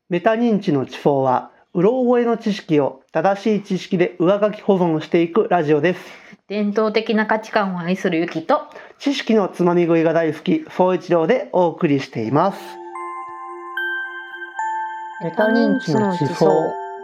メタ認知の地方は、うろ覚えの知識を正しい知識で上書き保存していくラジオです。 伝統的な価値観を愛するゆきと知識のつまみ食いが大好き、総一郎でお送りしています。メタ認知の地方。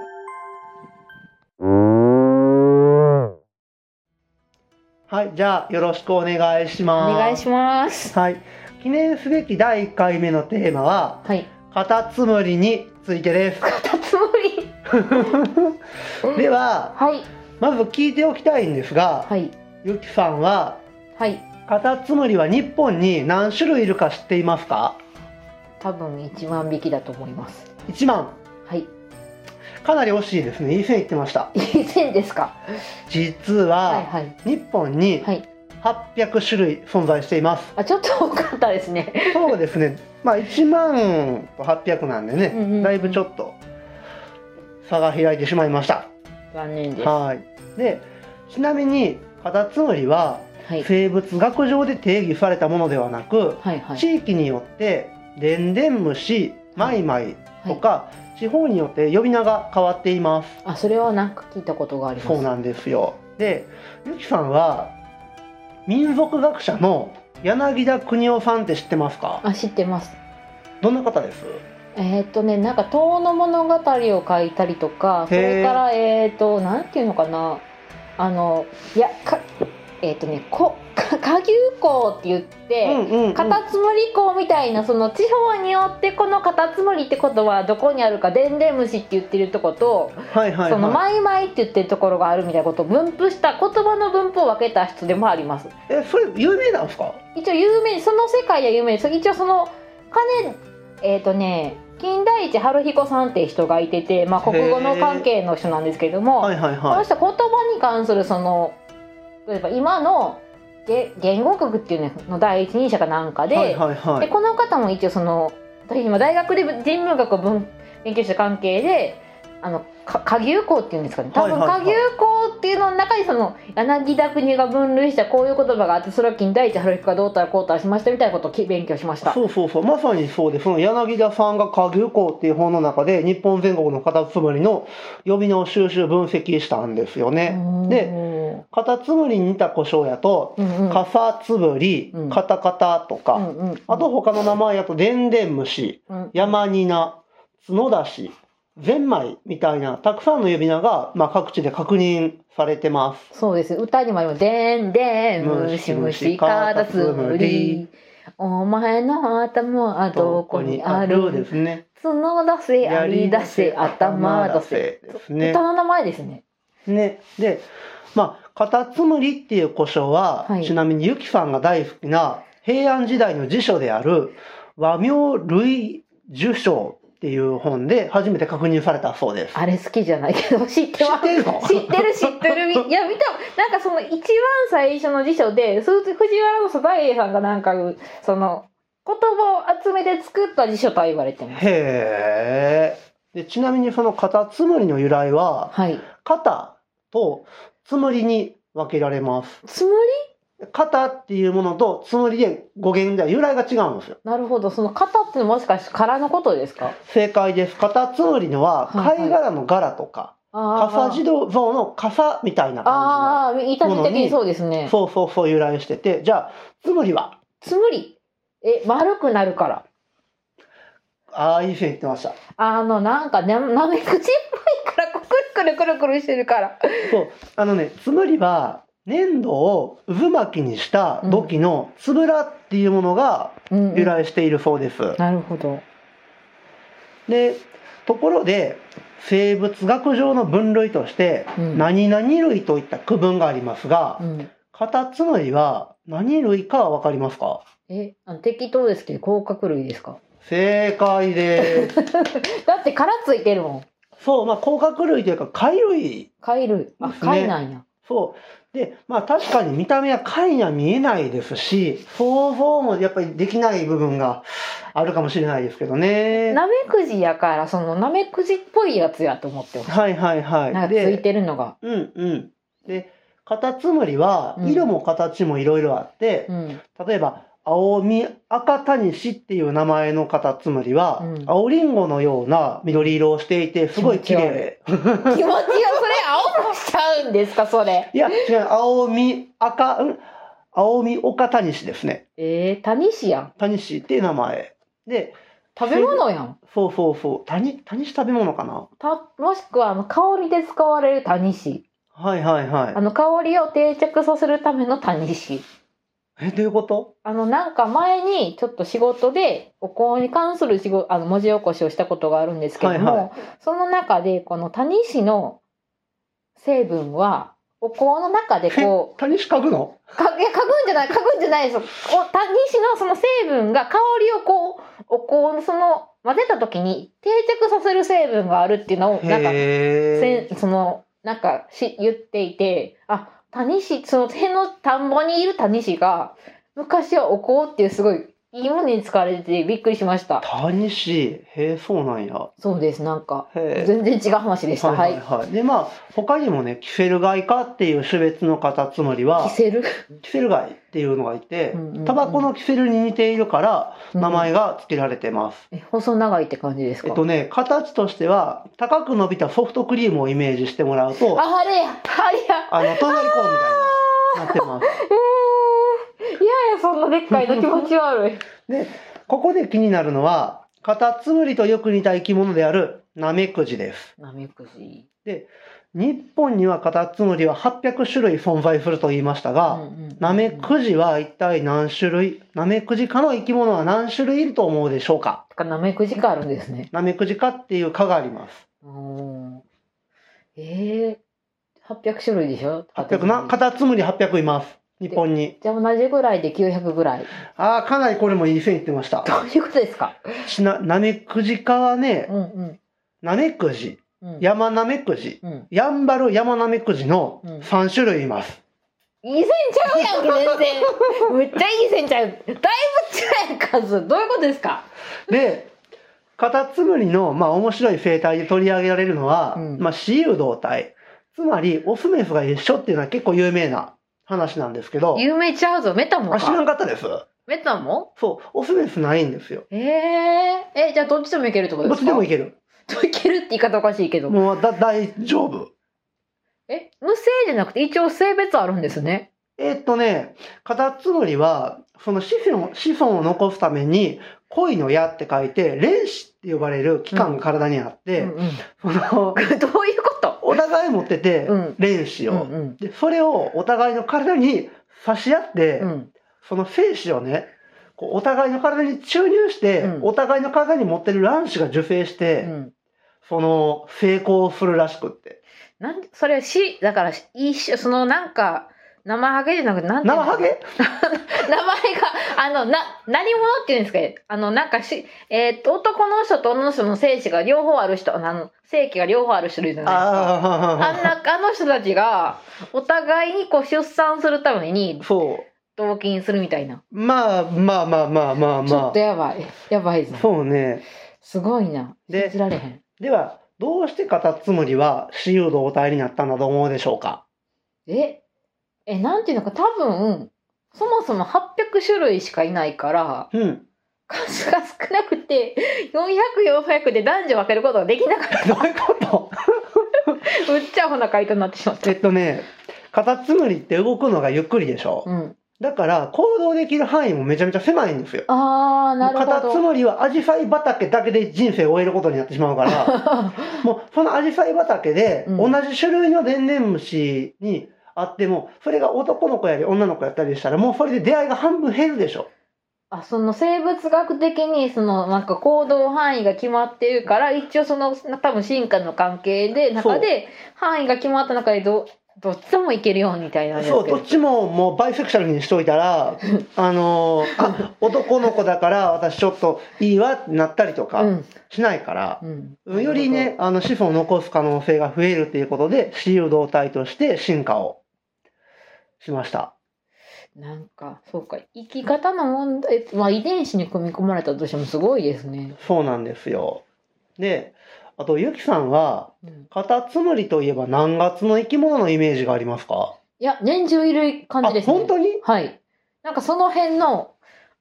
はい、じゃあよろしくお願いします。 お願いします。 はい、記念すべき第1回目のテーマは、 はい、 カタツムリについてです。 カタツムリでは、 はい、 まず聞いておきたいんですが、 はい、 ゆきさんは、 はい、 カタツムリは日本に何種類いるか知っていますか？ 多分1万匹だと思います。 1万。 はい。 かなり惜しいですね。いい線いってました。 いい線ですか？ 実は、 はいはい、 日本にはい、 800種類存在しています。 あ、ちょっと多かったですね。 そうですね。まあ1万と800なんでね、 うんうんうん、 だいぶちょっと差が開いてしまいました。 残念です。 はい。で、ちなみにカタツムリは、 はい、 生物学上で定義されたものではなく、 はいはい、 地域によってでんでん虫、マイマイとか、地方によって呼び名が変わっています。 あ、それはなんか聞いたことがあります。 そうなんですよ。で、ゆきさんは民族学者の柳田国男さんって知ってますか？ あ、知ってます。 どんな方です？ なんか遠野物語を書いたりとか、それからなんていうのかな、いやか下牛港って言って、カタツムリ港みたいな、その地方によってこのカタツムリってことはどこにあるか、でんでん虫って言ってるとこと、そのマイマイって言ってるところがあるみたいなことを分布した言葉の分布を分けた人でもあります。 それ有名なんですか？ 一応有名、その世界では有名です。一応その金田一春彦さんっていう人がいてて、まあ、国語の関係の人なんですけれども、 はいはいはい、 この人言葉に関するその例えば今の言語学っていうの第一人者かなんかで、 はいはいはい、 でこの方も一応その私今大学で人文学を勉強した関係で下牛校っていうんですかね、多分下牛校っていうのの中にその柳田国が分類したこういう言葉があって、それは金田一春彦がどうたらこうたらしましたみたいなことを勉強しました。 そうそうそう、まさにそうで、その柳田さんが下牛校っていう本の中で日本全国のカタツムリの呼び名を収集分析したんですよね。で、カタツムリに似た呼称やと、カサツムリ、カタカタとか、あと他の名前やとでんでん虫、ヤマニナ、ツノダシ、ゼンマイみたいなたくさんの呼び名が、まあ、各地で確認されてます。 そうです。歌にもあります。でんでんむしむしカタツムリ、お前の頭はどこにあるですね。 角出せ、やり出せ、頭出せですね。 歌の名前ですね。 ね。で、まあ、カタツムリっていう呼称は、はい、ちなみにゆきさんが大好きな平安時代の辞書である和名類受賞っていう本で初めて確認されたそうです。 あれ好きじゃないけど知ってます。知ってる。いや見た、なんかその一番最初の辞書で藤原の大栄さんがなんかその言葉を集めて作った辞書と言われてます。 へー。でちなみにそのカタツムリの由来は、はい、カタとツムリに分けられます。 ツムリ？ カタっていうものとツムリで語源では由来が違うんですよ。 なるほど。そのカタってもしかして殻のことですか？ 正解です。カタツムリのは貝殻の殻とか、傘地蔵の傘みたいな感じのものに、 そうですね。 そう由来してて、じゃあツムリは？ ツムリ？丸くなるから。 いい線いってました。 なんかなめくじっぽいからくるくるしてるから。 そうツムリは粘土を渦巻きにした土器のつぶらっていうものが由来しているそうです。 なるほど。 で、ところで生物学上の分類として何々類といった区分がありますが、カタツムリは何類かは分かりますか？ 適当ですけど甲殻類ですか？ 正解です。 だって殻ついてるもん。 そう、まあ甲殻類というか貝類。 貝類。貝なんや。 そう。で、まあ確かに見た目は貝には見えないですし、想像もやっぱりできない部分があるかもしれないですけどね。 ナメクジやから、そのナメクジっぽいやつやと思ってます。 はいはいはい。 なんかついてるのが。 で、カタツムリは色も形もいろいろあって、例えばアオミアカタニシっていう名前のカタツムリは、 うん青リンゴのような緑色をしていて、すごい綺麗。 気持ちよ、それ青くしちゃうんですか、それ。 いや、違う、青みオカタニシですね。 タニシやん。 タニシっていう名前。で、 食べ物やん。 そうそうそう。タニシ食べ物かな。 もしくは香りで使われるタニシ。 はいはいはい。 香りを定着させるためのタニシ。 どういうこと？ なんか前にちょっと仕事でお香に関する文字起こしをしたことがあるんですけども、 はいはいその中でこのタニシの成分はお香の中でこうタニシ嗅ぐの？ 嗅ぐんじゃないです。タニシのその成分が香りをこうお香のその混ぜた時に定着させる成分があるっていうのをなんか言っていて、タニシ、その辺の田んぼにいるタニシが昔はお香っていうすごいいいものに使われててびっくりしました。 タニシ、そうなんや。 そうです。なんか全然違う話でした。はい。 で他にもね、キフェルガイ科っていう種別のカタツムリはキフェルガイっていうのがいて、タバコのキフェルに似ているから名前が付けられてます。 細長いって感じですか？ 形としては高く伸びたソフトクリームをイメージしてもらうと、 あれやトンネルコーンみたいなってます。 いやそんなでっかいの気持ち悪い。 で、ここで気になるのは、カタツムリとよく似た生き物であるナメクジです。 ナメクジ。 で、日本にはカタツムリは800種類存在すると言いましたが、ナメクジは一体何種類、ナメクジ科の生き物は何種類いると思うでしょうか？ ナメクジ科あるんですね。 ナメクジ科っていう科があります。 800種類でしょ ？800な、カタツムリ800います。日本に。 じゃあ同じぐらいで900ぐらい。 かなりこれもいい線いってました。 どういうことですか？ ナメクジ科はね、ナメクジ、ヤマナメクジ、ヤンバルヤマナメクジの3種類います。 いい線ちゃうやんけ、全然。めっちゃいい線ちゃう。だいぶ違う数。どういうことですか？ で、カタツムリの、面白い生態で取り上げられるのは、雌雄同体。つまり、オスメスが一緒っていうのは結構有名な話なんですけど。 有名ちゃうぞ。メタモか。 知らんかったです。 メタモ？ そう、オスメスないんですよ。 じゃあどっちでもいけるってことですか？ どっちでもいける。 いけるって言い方おかしいけど。 もう大丈夫。 無性じゃなくて一応性別あるんですね。 カタツムリは、その子孫を残すために、恋の矢って書いて、卵子って呼ばれる器官が体にあって、 どういうこと？ お互い持ってて、卵子を、で。それをお互いの体に差し合って、その精子をね、お互いの体に注入して、お互いの体に持ってる卵子が受精して、成功するらしくって。 それだから一緒、なんか、生ハゲじゃなくて、なんていうの？ 生ハゲ名前が、何者っていうんですか？なんか男の人と女の人の精子が両方ある人、精気が両方ある種類じゃないですか。あの人たちが、お互いに出産するために、同金するみたいな。 まあ。 ちょっとやばいぞ。 そうね。 すごいな。信じられへん。 では、どうしてカタツムリは雌雄同体になったんだと思うでしょうか？ なんていうのか、多分、そもそも800種類しかいないから、数が少なくて、400で男女分けることができなかった。 どういうことうっちゃほな回答になってしまった。 カタツムリって動くのがゆっくりでしょ？だから、行動できる範囲もめちゃめちゃ狭いんですよ。 なるほど。 カタツムリはアジサイ畑だけで人生を終えることになってしまうから、もうそのアジサイ畑で同じ種類のデンネンムシにあっても、それが男の子やり女の子やったりしたら、もうそれで出会いが半分減るでしょ。 その生物学的になんか行動範囲が決まってるから、一応多分進化の関係で中で範囲が決まった中でどっちもいけるようみたいなんですけど。 そう、どっちももうバイセクシャルにしといたら男の子だから私ちょっといいわってなったりとかしないから、よりね子孫を残す可能性が増えるっていうことで雌雄同体として進化をしました。 なんかそうか、生き方の問題、遺伝子に組み込まれたとしてもすごいですね。 そうなんですよ。で、あとゆきさんは、カタツムリといえば何月の生き物のイメージがありますか？ いや、年中いる感じですね。 本当に？ はい。なんかその辺の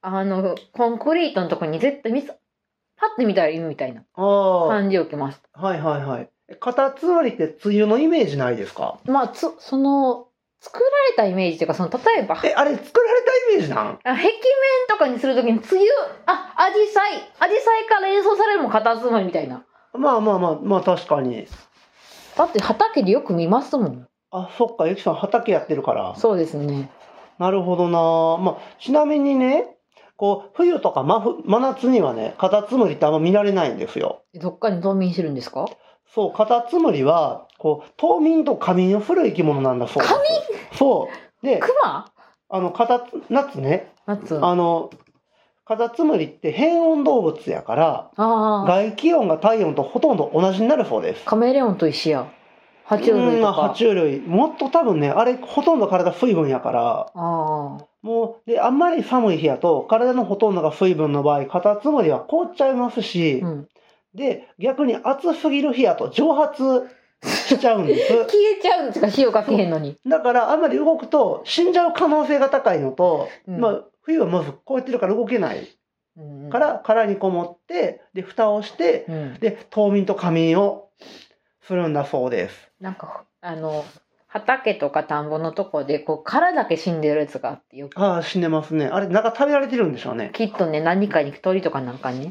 コンクリートのとこに絶対パッて見たらいるみたいなああ。 感じを受けます。 はいはいはい。カタツムリって梅雨のイメージないですか？ まあその作られたイメージっていうか、その例えばあれ作られたイメージなん？ 壁面とかにするときに梅雨アジサイから連想されるもん、カタツムリみたいな。 まあ確かに。 だって畑でよく見ますもん。 あ、そっか、ゆきさん畑やってるから。 そうですね。 なるほどな。まあ、ちなみにね、こう、冬とか真夏にはね、カタツムリってあんま見られないんですよ。 どっかに冬眠してるんですか？ そう、カタツムリは、こう、冬眠と夏眠をする生き物なんだそうです。 夏眠？そう。で、 クマ？ 夏ね、 夏。 カタツムリって変温動物やから、外気温が体温とほとんど同じになるそうです。 カメレオンと一緒や。爬虫類とか。 爬虫類。もっと多分ね、あれほとんど体水分やから、もう、で、あんまり寒い日やと、体のほとんどが水分の場合、カタツムリは凍っちゃいますし、で、逆に暑すぎる日やと蒸発しちゃうんです。 消えちゃうんですか、塩かけへんのに。 だから、あんまり動くと死んじゃう可能性が高いのと、まあ、冬はまずこうやってるから動けないから、殻にこもって、で、蓋をして、で、冬眠と夏眠をするんだそうです。 なんか、畑とか田んぼのとこで、こう、殻だけ死んでるやつがあってよく。 ああ、死んでますね。あれ、中食べられてるんでしょうね。 きっとね、何かに、鳥とかなんかに。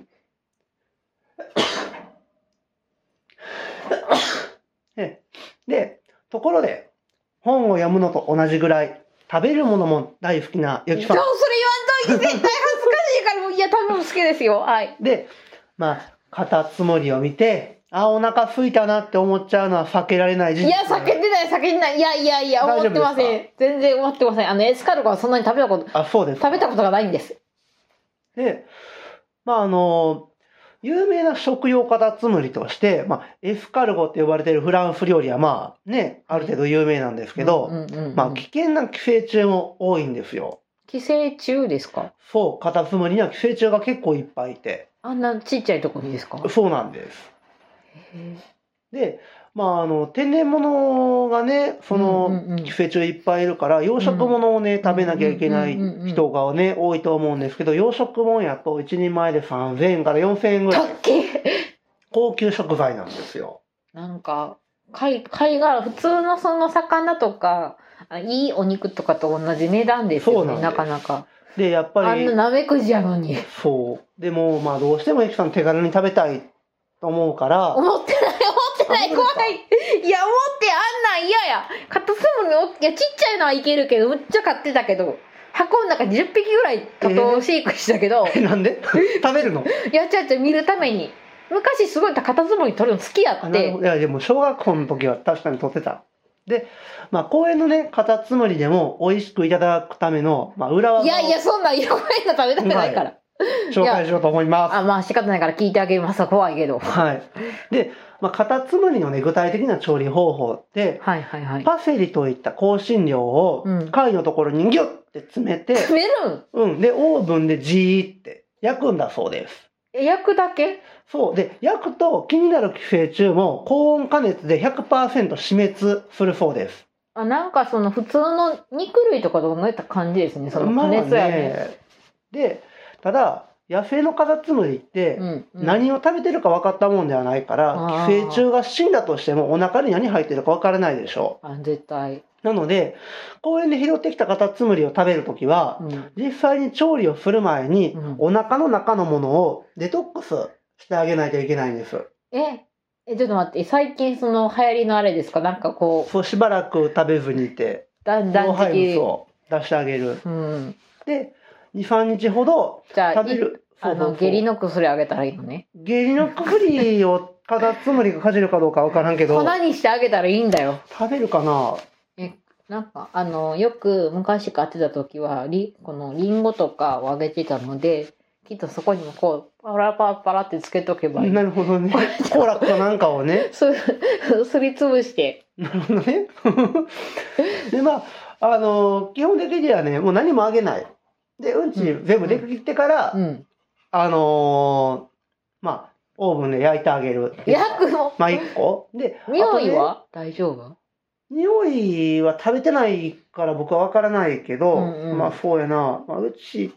で、ところで、本を読むのと同じぐらい、食べるものも大好きなゆきさん。 それ言わんといて、絶対恥ずかしいから、いや、多分好きですよ。はい。 で、まあ、カタツムリを見て、お腹空いたなって思っちゃうのは避けられない事実。 いや、避けてない。いや、思ってません。全然思ってません。エスカルゴはそんなに食べたことがないんです。 で、まあ、有名な食用カタツムリとして、まあ、エスカルゴって呼ばれているフランス料理はまあね、ある程度有名なんですけど、まあ危険な寄生虫も多いんですよ。 寄生虫ですか？ そう、カタツムリには寄生虫が結構いっぱいいて。 あんなちっちゃいとこにですか？ そうなんです。で、まあ、天然物がね、その寄生虫いっぱいいるから、養殖物をね、食べなきゃいけない人がね、多いと思うんですけど、養殖物やと一人前で3000円から4000円ぐらい。高級食材なんですよ。 なんか、貝殻、普通のその魚とか、いいお肉とかと同じ値段ですよね、なかなか。 で、やっぱり。 あんなナメクジやのに。 そう。でも、まあ、どうしてもエキさん手軽に食べたいと思うから。 思ってない、怖い。いや、思ってあんなん嫌や。カタツムリ、いや、ちっちゃいのはいけるけど、むっちゃ買ってたけど、箱の中に10匹ぐらい多頭飼育したけど。 なんで食べるの？ いや、見るために。昔すごいカタツムリ撮るの好きやって。 いや、でも小学校の時は確かに撮ってた。で、まあ、公園のね、カタツムリでも美味しくいただくための、まあ、裏技を。 いや、そんなん、公園の食べたくないから。 紹介しようと思います。 まあ仕方ないから聞いてあげます。怖いけど。 はい。で、まあ、カタツムリのね、具体的な調理方法って、パセリといった香辛料を貝のところにギュッて詰めて、 詰めるん？ で、オーブンでじーって焼くんだそうです。 焼くだけ？ そう。で、焼くと気になる寄生虫も高温加熱で 100% 死滅するそうです。 なんかその普通の肉類とかと同じ感じですね、その加熱やね。 で、ただ、野生のカタツムリって何を食べてるか分かったもんではないから、寄生虫が死んだとしてもお腹に何入ってるか分からないでしょう。絶対。 なので、公園で拾ってきたカタツムリを食べるときは、実際に調理をする前に、お腹の中のものをデトックスしてあげないといけないんです。 ちょっと待って、最近その流行りのあれですか？なんかこう。 そう、しばらく食べずにいて、老廃物を出してあげる。で、2、3日ほど食べる。 下痢の薬あげたらいいのね。 下痢の薬をカタツムリがかじるかどうかわからんけど。 粉にしてあげたらいいんだよ。 食べるかな？ なんかよく昔買ってた時はこのリンゴとかをあげてたので、きっとそこにもこうパラパラパラってつけとけばいい。 なるほどね。コーラかなんかをね。 すりつぶして。 なるほどね。で、まあ、基本的にはね、もう何もあげない。で、うんち全部出てきてから、まあ、オーブンで焼いてあげる。 焼くの？ まあ、1個。で、 匂いは大丈夫？ 匂いは食べてないから僕は分からないけど、まあそうやな。うち、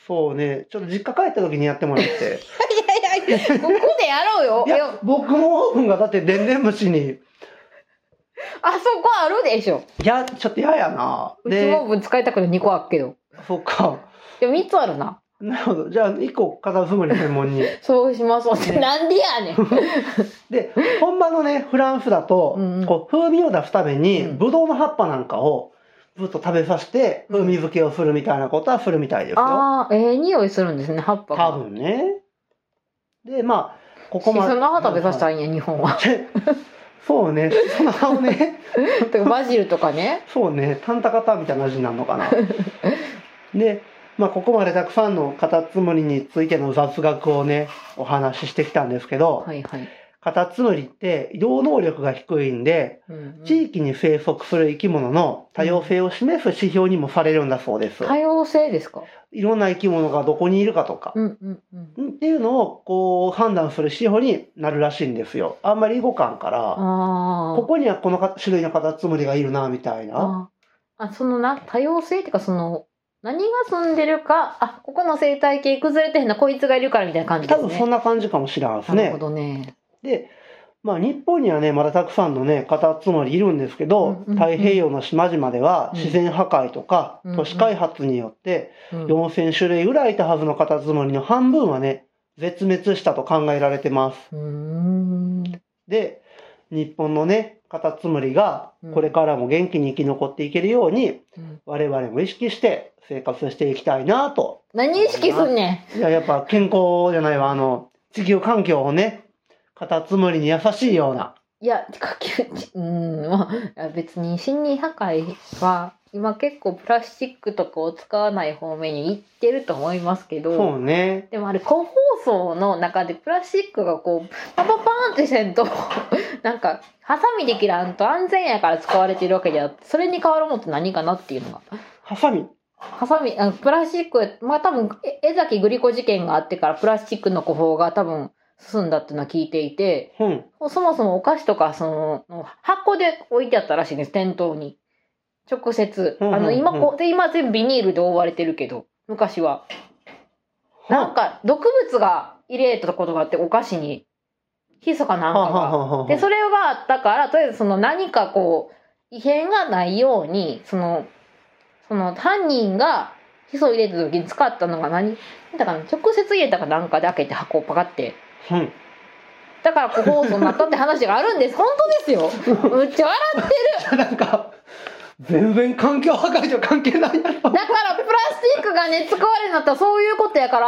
そうね、ちょっと実家帰った時にやってもらって。 いやいや、ここでやろうよ。 いや、僕のオーブンがだってでんでん虫に。 あそこあるでしょ。 いや、ちょっと嫌やな。 うちのオーブン使いたくて2個あるけど。 そっか。 いや、3つあるな。 なるほど。じゃあ、1個カタツムリ専門に。 そうします。ね、なんでやねん。 で、本場のね、フランスだと、こう風味を出すために、ブドウの葉っぱなんかをずっと食べさせて、風味付けをするみたいなことはするみたいですよ。 ああ、匂いするんですね、葉っぱが。 多分ね。で、まあ、ここまで。 シソの葉食べさせたらいいんや、日本は。 そうね、その葉をね。 バジルとかね。 そうね、タンタカタみたいな味になるのかな。で、まあ、ここまでたくさんのカタツムリについての雑学をね、お話ししてきたんですけど、 はいはい、 カタツムリって移動能力が低いんで、地域に生息する生き物の多様性を示す指標にもされるんだそうです。 多様性ですか？ いろんな生き物がどこにいるかとか、っていうのをこう判断する指標になるらしいんですよ。あんまり動かんから、ここにはこの種類のカタツムリがいるな、みたいな。 その多様性っていうか、その、何が住んでるか、ここの生態系崩れてへんな、こいつがいるからみたいな感じですね。 多分そんな感じかもしれないですね。 なるほどね。 で、まあ日本にはね、まだたくさんのね、カタツムリいるんですけど、太平洋の島々では自然破壊とか、都市開発によって、4000種類ぐらいいたはずのカタツムリの半分はね、絶滅したと考えられてます。で、日本のね、カタツムリがこれからも元気に生き残っていけるように、我々も意識して生活していきたいなと。 何意識すんねん。いや、やっぱ健康じゃないわ、地球環境をね、カタツムリに優しいような。 いや、別に森林破壊は今結構プラスチックとかを使わない方面に行ってると思いますけど、 そうね。 でもあれ個包装の中でプラスチックがこうパパパーンってせんとなんかハサミで切らんと安全やから使われてるわけであって、それに変わるものって何かなっていうのが。 ハサミプラスチック、多分江崎グリコ事件があってからプラスチックの個包が多分進んだっていうのは聞いていて、そもそもお菓子とか箱で置いてあったらしいんです、店頭に直接。今全部ビニールで覆われてるけど、昔はなんか毒物が入れたことがあって、お菓子にヒ素かなんかがで、それがあったから、とりあえず何かこう異変がないように、その犯人がヒ素を入れた時に使ったのがだから直接入れたかなんかで開けて箱をパカって、だから個包装になったって話があるんです。本当ですよ。むっちゃ笑ってる。 なんか全然環境破壊と関係ないやろ。だからプラスチックがね使われるんだったらそういうことやから。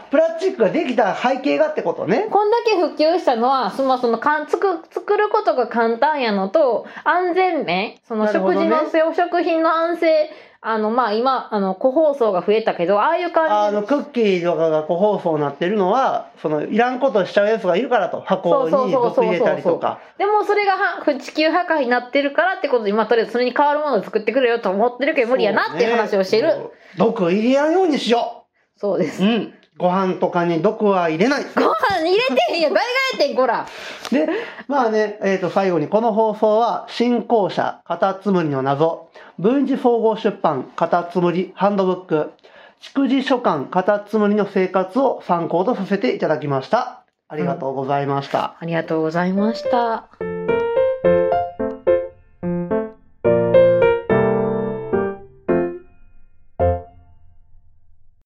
プラスチックができた背景がってことね。 こんだけ普及したのは作ることが簡単やのと、安全面、食事の食品の安静、今個包装が増えたけど、ああいう感じクッキーとかが個包装になってるのは、いらんことしちゃうやつがいるからと、箱に毒入れたりとか。 でもそれが地球破壊になってるからってことで、今とりあえずそれに代わるものを作ってくれよと思ってるけど無理やなっていう話をしてる。 毒入れやんようにしよう。そうです。 ご飯とかに毒は入れない。 ご飯入れてへんやん、誰がやってんこら。 で、まあね、最後にこの放送は新校舎カタツムリの謎、文字総合出版カタツムリハンドブック、築地書館カタツムリの生活を参考とさせていただきました。ありがとうございました。 ありがとうございました。